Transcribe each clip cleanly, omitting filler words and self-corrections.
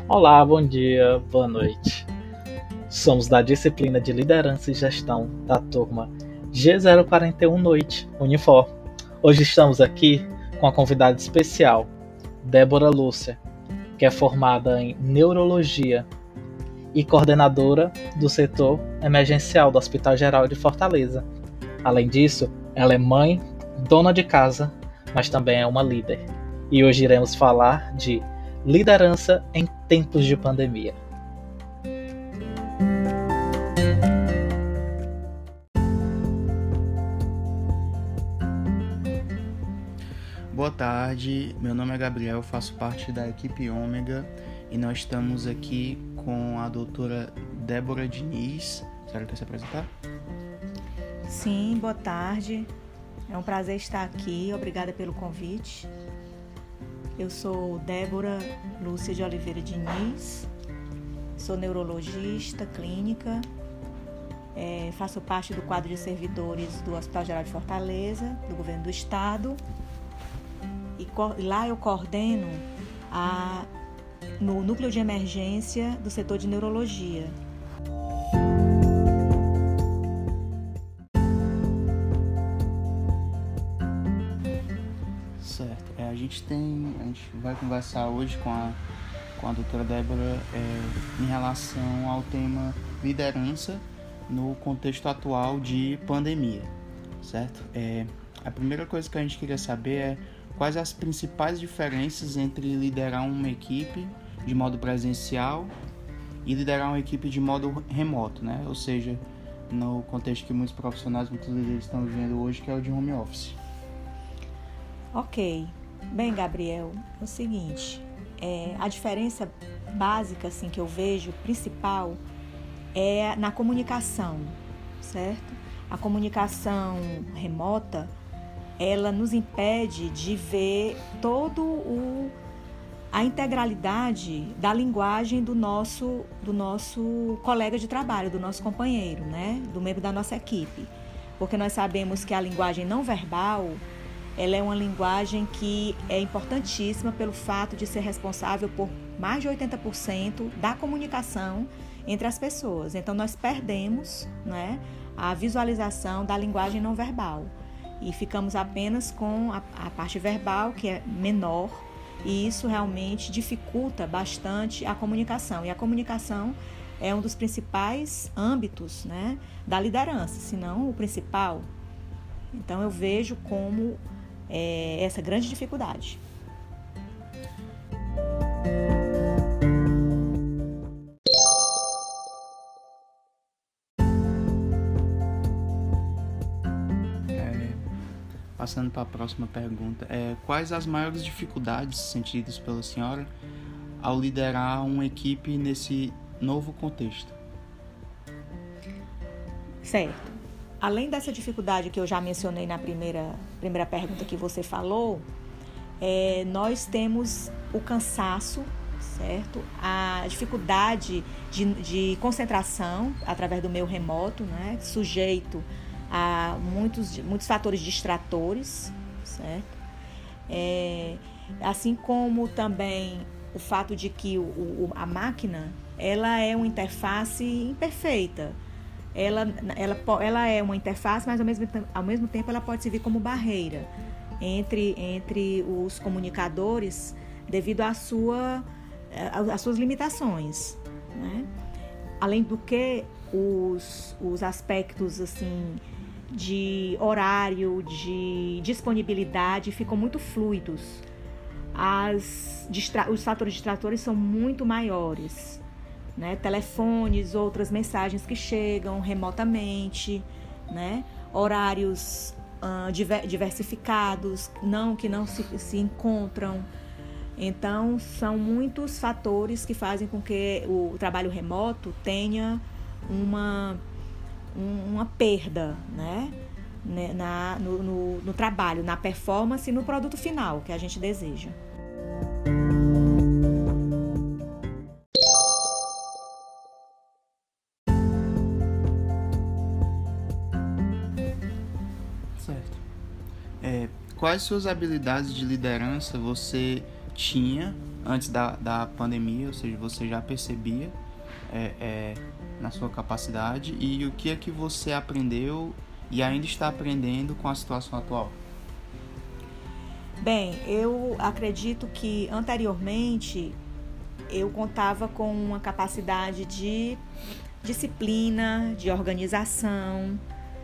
Olá, bom dia, boa noite. Somos da disciplina de Liderança e Gestão da turma G041 Noite, Unifor. Hoje estamos aqui com a convidada especial, Débora Lúcia, que é formada em Neurologia e coordenadora do setor emergencial do Hospital Geral de Fortaleza. Além disso, ela é mãe, dona de casa, mas também é uma líder. E hoje iremos falar de liderança em tempos de pandemia. Boa tarde, meu nome é Gabriel, faço parte da equipe Ômega e nós estamos aqui com a doutora Débora Diniz. A senhora quer se apresentar? Sim, boa tarde. É um prazer estar aqui, obrigada pelo convite. Eu sou Débora Lúcia de Oliveira Diniz, sou neurologista clínica, faço parte do quadro de servidores do Hospital Geral de Fortaleza, do Governo do Estado, e lá eu coordeno no núcleo de emergência do setor de neurologia. Certo, a gente vai conversar hoje com a doutora Débora em relação ao tema liderança no contexto atual de pandemia, certo? A primeira coisa que a gente queria saber é quais as principais diferenças entre liderar uma equipe de modo presencial e liderar uma equipe de modo remoto, né? Ou seja, no contexto que muitos profissionais, muitos líderes estão vivendo hoje, que é o de home office. Ok. Bem, Gabriel, é o seguinte, a diferença básica assim, que eu vejo, principal, é na comunicação, certo? A comunicação remota, ela nos impede de ver a integralidade da linguagem do nosso colega de trabalho, do nosso companheiro, né? Do membro da nossa equipe. Porque nós sabemos que a linguagem não verbal, ela é uma linguagem que é importantíssima pelo fato de ser responsável por mais de 80% da comunicação entre as pessoas. Então, nós perdemos, né, a visualização da linguagem não verbal e ficamos apenas com a parte verbal, que é menor, e isso realmente dificulta bastante a comunicação. E a comunicação é um dos principais âmbitos, né, da liderança, se não o principal. Então, eu vejo como essa grande dificuldade. Passando para a próxima pergunta, quais as maiores dificuldades sentidas pela senhora ao liderar uma equipe nesse novo contexto? Certo. Além dessa dificuldade que eu já mencionei na primeira pergunta que você falou, nós temos o cansaço, certo? A dificuldade de concentração através do meio remoto, né? Sujeito a muitos fatores distratores, certo? Assim como também o fato de que a máquina, ela é uma interface imperfeita. Ela é uma interface, mas ao mesmo tempo ela pode servir como barreira entre os comunicadores devido às suas limitações, né? Além do que os aspectos assim, de horário, de disponibilidade ficam muito fluidos. Os fatores distratores são muito maiores, né? Telefones, outras mensagens que chegam remotamente, né? Horários diversificados, que não se encontram. Então, são muitos fatores que fazem com que o trabalho remoto tenha uma perda, né? No trabalho, na performance e no produto final que a gente deseja. Certo. Quais suas habilidades de liderança você tinha antes da pandemia, ou seja, você já percebia na sua capacidade, e o que é que você aprendeu e ainda está aprendendo com a situação atual? Bem, eu acredito que anteriormente eu contava com uma capacidade de disciplina, de organização,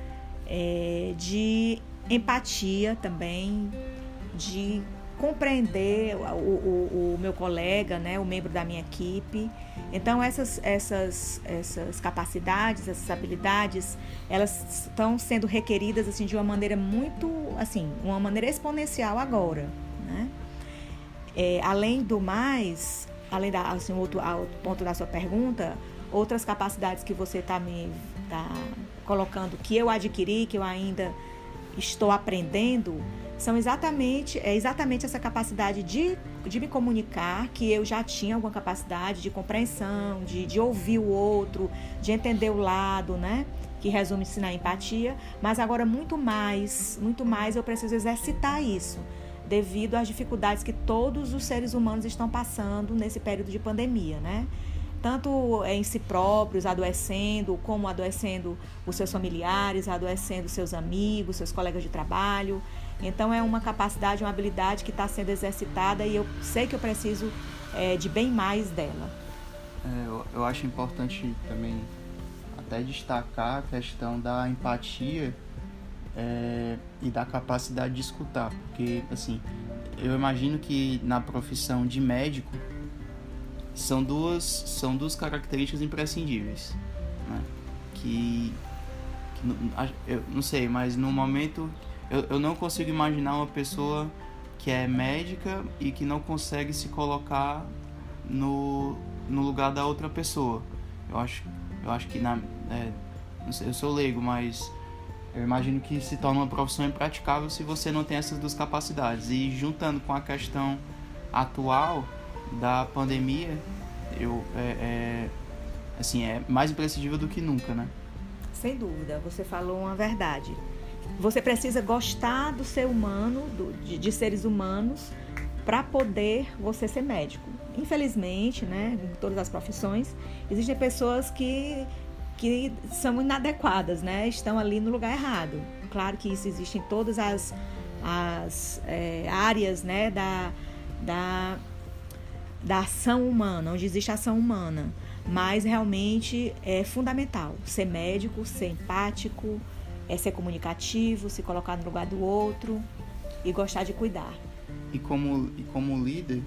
de empatia também, de compreender o meu colega, né, o membro da minha equipe. Então essas capacidades, essas habilidades, elas estão sendo requeridas assim de uma maneira muito, assim, uma maneira exponencial agora, né? Além do mais, assim, outro ponto da sua pergunta, outras capacidades que você está colocando, que eu adquiri, que eu ainda estou aprendendo, são exatamente essa capacidade de me comunicar, que eu já tinha alguma capacidade de compreensão, de ouvir o outro, de entender o lado, né? Que resume-se na empatia, mas agora muito mais eu preciso exercitar isso, devido às dificuldades que todos os seres humanos estão passando nesse período de pandemia, né? Tanto em si próprios, adoecendo, como adoecendo os seus familiares, adoecendo seus amigos, seus colegas de trabalho. Então é uma capacidade, uma habilidade que está sendo exercitada, e eu sei que eu preciso de bem mais dela. Eu acho importante também até destacar a questão da empatia e da capacidade de escutar, porque assim, eu imagino que na profissão de médico são duas características imprescindíveis, né? Que eu não sei, mas no momento eu não consigo imaginar uma pessoa que é médica e que não consegue se colocar no lugar da outra pessoa. Eu acho que não sei, eu sou leigo, mas eu imagino que se torna uma profissão impraticável se você não tem essas duas capacidades. E juntando com a questão atual da pandemia, assim, é mais imprescindível do que nunca, né? Sem dúvida, você falou uma verdade. Você precisa gostar do ser humano, de seres humanos, para poder você ser médico. Infelizmente, né, em todas as profissões, existem pessoas que são inadequadas, né? Estão ali no lugar errado. Claro que isso existe em todas as áreas, né, da ação humana, onde existe ação humana. Mas realmente é fundamental ser médico, ser empático, ser comunicativo, se colocar no lugar do outro e gostar de cuidar. E como líder,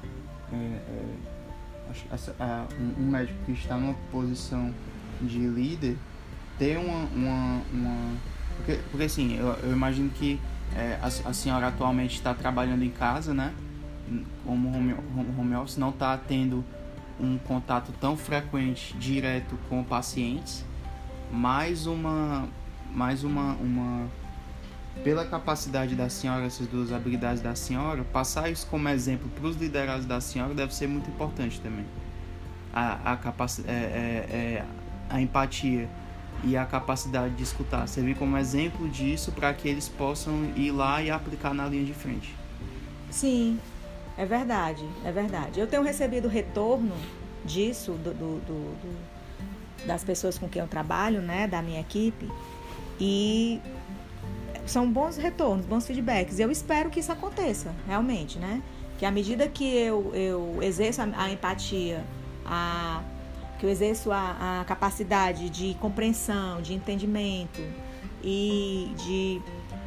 um médico que está numa posição de líder ter uma porque assim, eu imagino que a senhora atualmente está trabalhando em casa, né? Como home office, não está tendo um contato tão frequente direto com pacientes, mais uma pela capacidade da senhora, essas duas habilidades da senhora, passar isso como exemplo para os liderados da senhora deve ser muito importante também. A empatia e a capacidade de escutar servir como exemplo disso para que eles possam ir lá e aplicar na linha de frente. Sim, é verdade. Eu tenho recebido retorno disso das pessoas com quem eu trabalho, né, da minha equipe, e são bons retornos, bons feedbacks. Eu espero que isso aconteça realmente, né? Que à medida que eu exerço a empatia, que eu exerço a capacidade de compreensão, de entendimento e de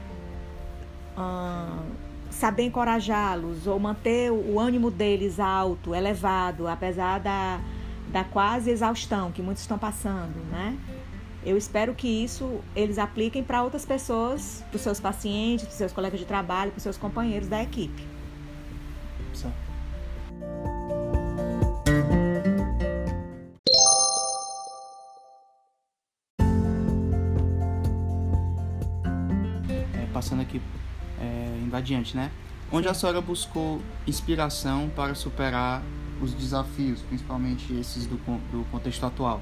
saber encorajá-los ou manter o ânimo deles alto, elevado, apesar da quase exaustão que muitos estão passando, né? Eu espero que isso eles apliquem para outras pessoas, para os seus pacientes, para os seus colegas de trabalho, para os seus companheiros da equipe. Só. Passando aqui indo adiante, né? Onde a senhora buscou inspiração para superar os desafios, principalmente esses do contexto atual?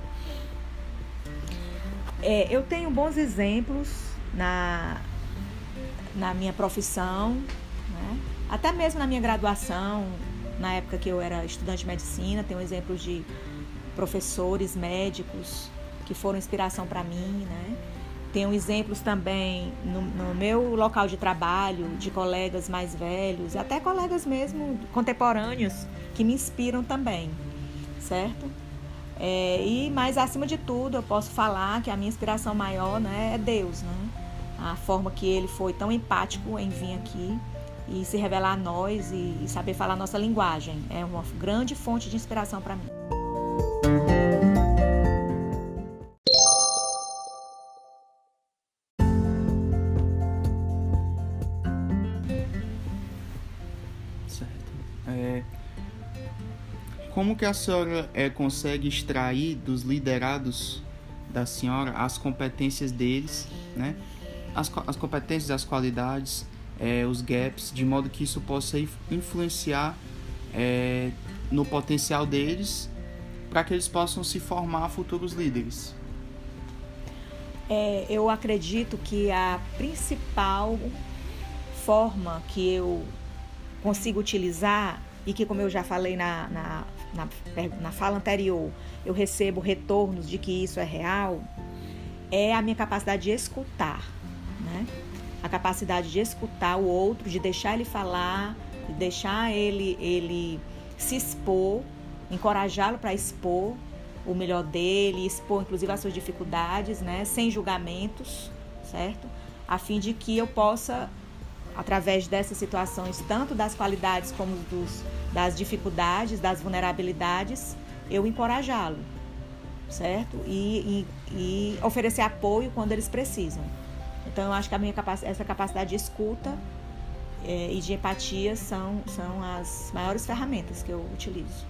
Eu tenho bons exemplos na minha profissão, né? Até mesmo na minha graduação, na época que eu era estudante de medicina, tenho exemplos de professores médicos que foram inspiração para mim, né? Tenho exemplos também no meu local de trabalho, de colegas mais velhos, até colegas mesmo contemporâneos, que me inspiram também, certo? Mas, acima de tudo, eu posso falar que a minha inspiração maior, né, é Deus, né? A forma que Ele foi tão empático em vir aqui e se revelar a nós e saber falar a nossa linguagem. É uma grande fonte de inspiração para mim. Como que a senhora consegue extrair dos liderados da senhora as competências deles, né? As competências, as qualidades, os gaps, de modo que isso possa influenciar no potencial deles para que eles possam se formar futuros líderes? Eu acredito que a principal forma que eu consigo utilizar e que, como eu já falei na fala anterior, eu recebo retornos de que isso é real, é a minha capacidade de escutar, né? A capacidade de escutar o outro, de deixar ele falar, de deixar ele se expor, encorajá-lo para expor o melhor dele, expor inclusive as suas dificuldades, né? Sem julgamentos, certo? A fim de que eu possa, através dessas situações, tanto das qualidades como das dificuldades, das vulnerabilidades, eu encorajá-lo, certo? E oferecer apoio quando eles precisam. Então, eu acho que essa capacidade de escuta e de empatia são as maiores ferramentas que eu utilizo.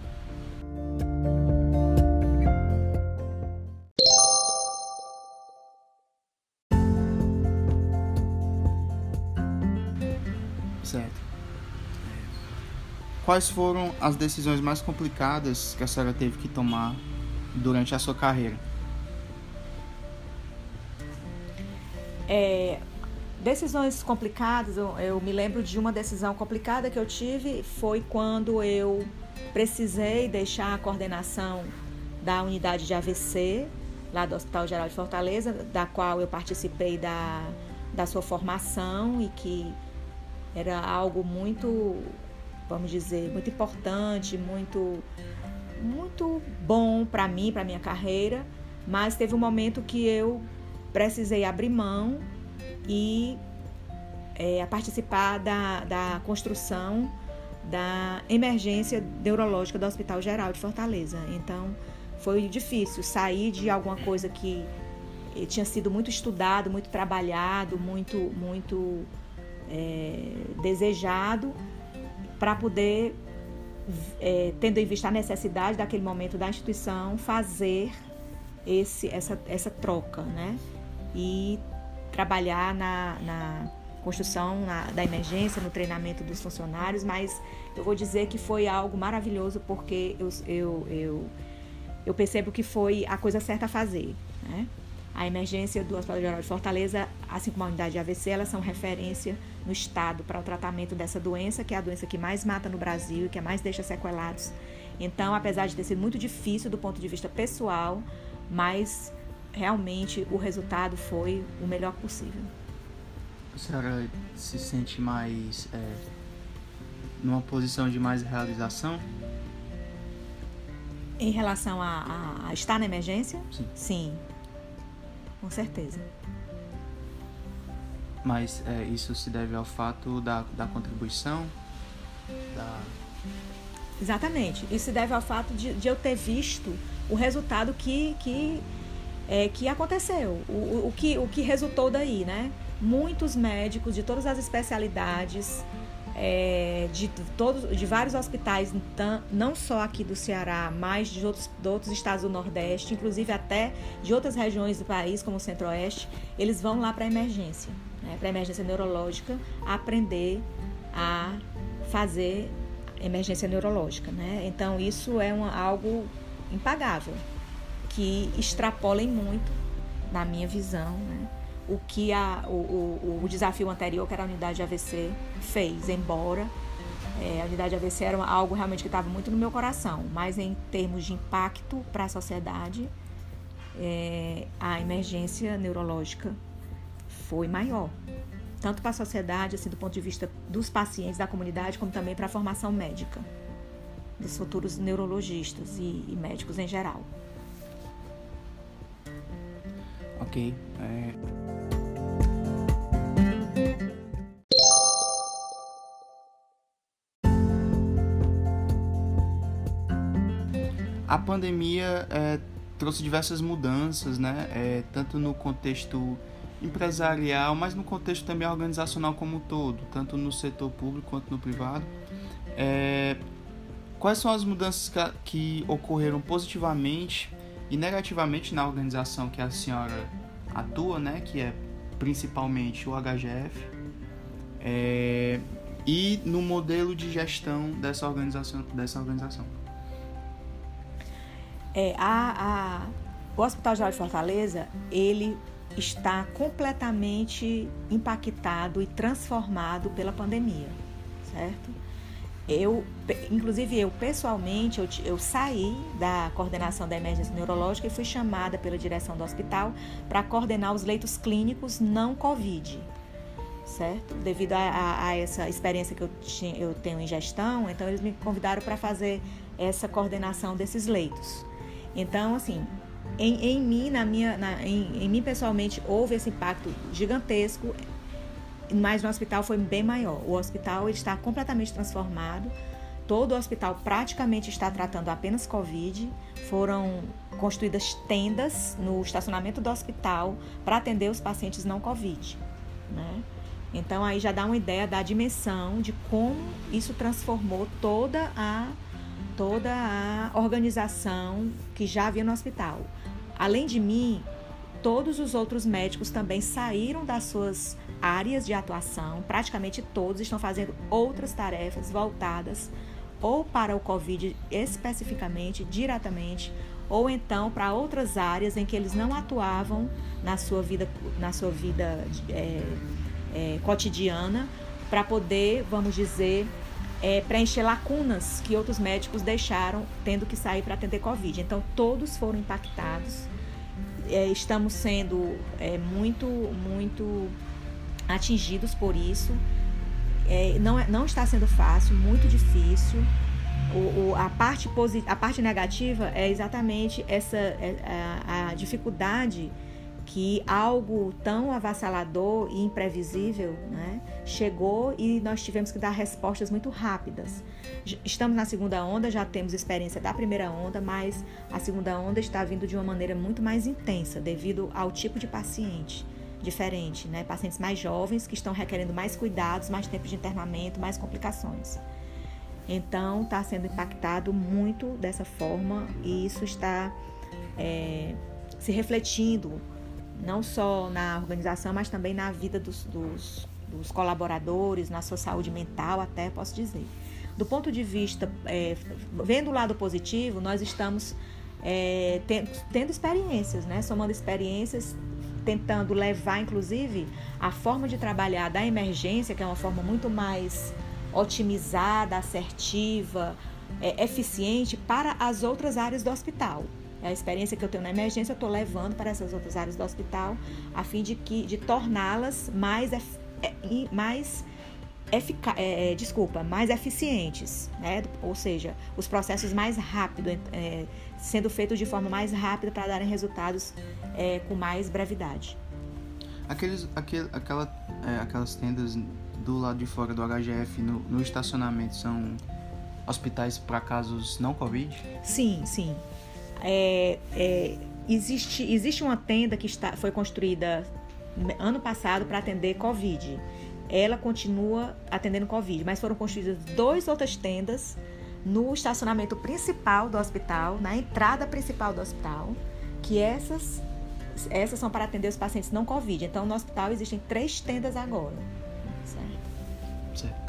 Certo. Quais foram as decisões mais complicadas que a senhora teve que tomar durante a sua carreira? Decisões complicadas, eu me lembro de uma decisão complicada que eu tive, foi quando eu precisei deixar a coordenação da unidade de AVC, lá do Hospital Geral de Fortaleza, da qual eu participei da sua formação e que era algo muito, vamos dizer, muito importante, muito, muito bom para mim, para minha carreira, mas teve um momento que eu precisei abrir mão e participar da construção da emergência neurológica do Hospital Geral de Fortaleza. Então, foi difícil sair de alguma coisa que tinha sido muito estudado, muito trabalhado, muito desejado, para poder, tendo em vista a necessidade daquele momento da instituição, fazer essa troca, né? E trabalhar na construção da emergência, no treinamento dos funcionários, mas eu vou dizer que foi algo maravilhoso, porque eu percebo que foi a coisa certa a fazer, né? A emergência do Hospital Geral de Fortaleza, assim como a unidade de AVC, elas são referência no estado para o tratamento dessa doença, que é a doença que mais mata no Brasil e que mais deixa sequelados. Então, apesar de ter sido muito difícil do ponto de vista pessoal, mas realmente o resultado foi o melhor possível. A senhora se sente mais numa posição de mais realização? Em relação a estar na emergência? Sim. Sim, com certeza. Mas isso se deve ao fato da contribuição? Exatamente. Isso se deve ao fato de eu ter visto o resultado que aconteceu, o que resultou daí, né? Muitos médicos de todas as especialidades, de vários hospitais, não só aqui do Ceará, mas de outros estados do Nordeste, inclusive até de outras regiões do país, como o Centro-Oeste, eles vão lá para a emergência, né? Para a emergência neurológica, aprender a fazer emergência neurológica, né? Então, isso é algo impagável, que extrapolem muito, na minha visão, né, o que o desafio anterior, que era a unidade de AVC, fez, embora A unidade AVC era algo realmente que estava muito no meu coração, mas em termos de impacto para a sociedade, a emergência neurológica foi maior, tanto para a sociedade, assim, do ponto de vista dos pacientes, da comunidade, como também para a formação médica, dos futuros neurologistas e médicos em geral. Ok. A pandemia trouxe diversas mudanças, né? Tanto no contexto empresarial, mas no contexto também organizacional como um todo, tanto no setor público quanto no privado. Quais são as mudanças que ocorreram positivamente e negativamente na organização que a senhora atua, né? Que é principalmente o HGF, e no modelo de gestão dessa organização? O Hospital Geral de Fortaleza, ele está completamente impactado e transformado pela pandemia, certo? Inclusive eu pessoalmente, eu saí da coordenação da emergência neurológica e fui chamada pela direção do hospital para coordenar os leitos clínicos não Covid, certo? Devido a essa experiência que eu tenho em gestão, então eles me convidaram para fazer essa coordenação desses leitos. Então, assim, em mim pessoalmente houve esse impacto gigantesco, mas no hospital foi bem maior. O hospital ele está completamente transformado. Todo o hospital praticamente está tratando apenas Covid. Foram construídas tendas no estacionamento do hospital para atender os pacientes não Covid, né? Então aí já dá uma ideia da dimensão de como isso transformou toda a organização que já havia no hospital. Além de mim, todos os outros médicos também saíram das suas áreas de atuação, praticamente todos estão fazendo outras tarefas voltadas ou para o Covid especificamente, diretamente, ou então para outras áreas em que eles não atuavam na sua vida cotidiana, para poder, vamos dizer, preencher lacunas que outros médicos deixaram tendo que sair para atender Covid. Então, todos foram impactados. Estamos sendo muito atingidos por isso. Não está sendo fácil, muito difícil. A parte negativa é exatamente a dificuldade que algo tão avassalador e imprevisível, né, chegou e nós tivemos que dar respostas muito rápidas. Estamos na segunda onda, já temos experiência da primeira onda, mas a segunda onda está vindo de uma maneira muito mais intensa devido ao tipo de paciente diferente, né? Pacientes mais jovens que estão requerendo mais cuidados, mais tempo de internamento, mais complicações. Então, está sendo impactado muito dessa forma e isso está se refletindo não só na organização, mas também na vida dos colaboradores, na sua saúde mental, até posso dizer. Do ponto de vista, vendo o lado positivo, nós estamos tendo experiências, né? Somando experiências, tentando levar, inclusive, a forma de trabalhar da emergência, que é uma forma muito mais otimizada, assertiva, eficiente, para as outras áreas do hospital. A experiência que eu tenho na emergência, eu estou levando para essas outras áreas do hospital, a fim de torná-las mais eficientes, né? Ou seja, os processos mais rápidos, sendo feitos de forma mais rápida para darem resultados com mais brevidade. Aquelas tendas do lado de fora do HGF no estacionamento são hospitais para casos não Covid? Sim. Existe uma tenda que foi construída ano passado para atender Covid. Ela continua atendendo Covid, mas foram construídas 2 outras tendas no estacionamento principal do hospital, na entrada principal do hospital, que essas são para atender os pacientes não Covid. Então, no hospital existem 3 tendas agora. Certo.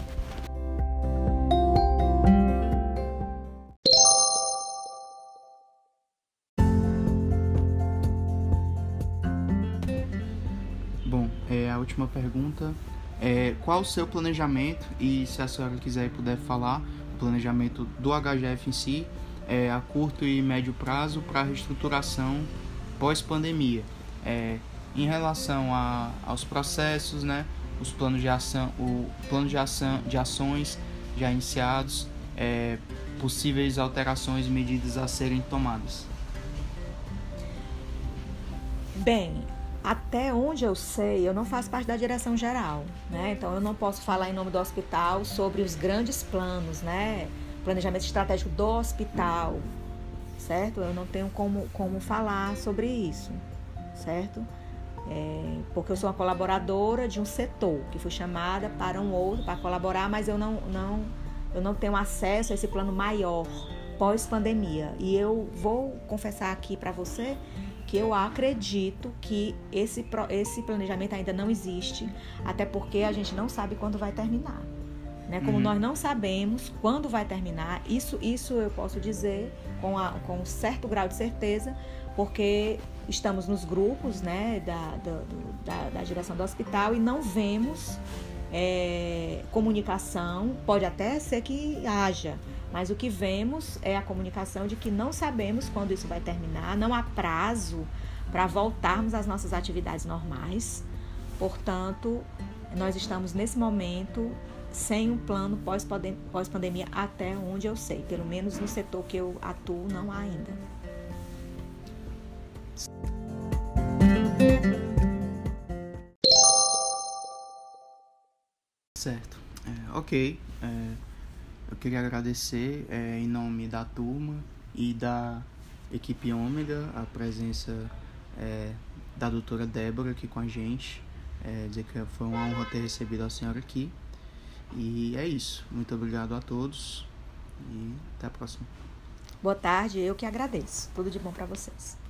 Bom, a última pergunta Qual o seu planejamento, e se a senhora quiser e puder falar, o planejamento do HGF em si, a curto e médio prazo para a reestruturação pós-pandemia, em relação aos processos, né, os planos de ação, o plano de ações já iniciados, possíveis alterações e medidas a serem tomadas. Bem, até onde eu sei, eu não faço parte da direção geral, né? Então eu não posso falar em nome do hospital sobre os grandes planos, né? Planejamento estratégico do hospital, certo? Eu não tenho como falar sobre isso, certo? Porque eu sou uma colaboradora de um setor que fui chamada para um outro para colaborar, mas eu não tenho acesso a esse plano maior pós-pandemia. E eu vou confessar aqui para você que eu acredito que esse planejamento ainda não existe, até porque a gente não sabe quando vai terminar, né? Como nós não sabemos quando vai terminar, isso eu posso dizer com um certo grau de certeza, porque estamos nos grupos, né, da direção do hospital e não vemos comunicação. Pode até ser que haja, mas o que vemos é a comunicação de que não sabemos quando isso vai terminar, não há prazo para voltarmos às nossas atividades normais. Portanto, nós estamos nesse momento sem um plano pós-pandemia até onde eu sei. Pelo menos no setor que eu atuo, não há ainda. Certo. Ok. Eu queria agradecer em nome da turma e da equipe Ômega a presença da doutora Débora aqui com a gente. Dizer que foi uma honra ter recebido a senhora aqui. E é isso. Muito obrigado a todos e até a próxima. Boa tarde, eu que agradeço. Tudo de bom para vocês.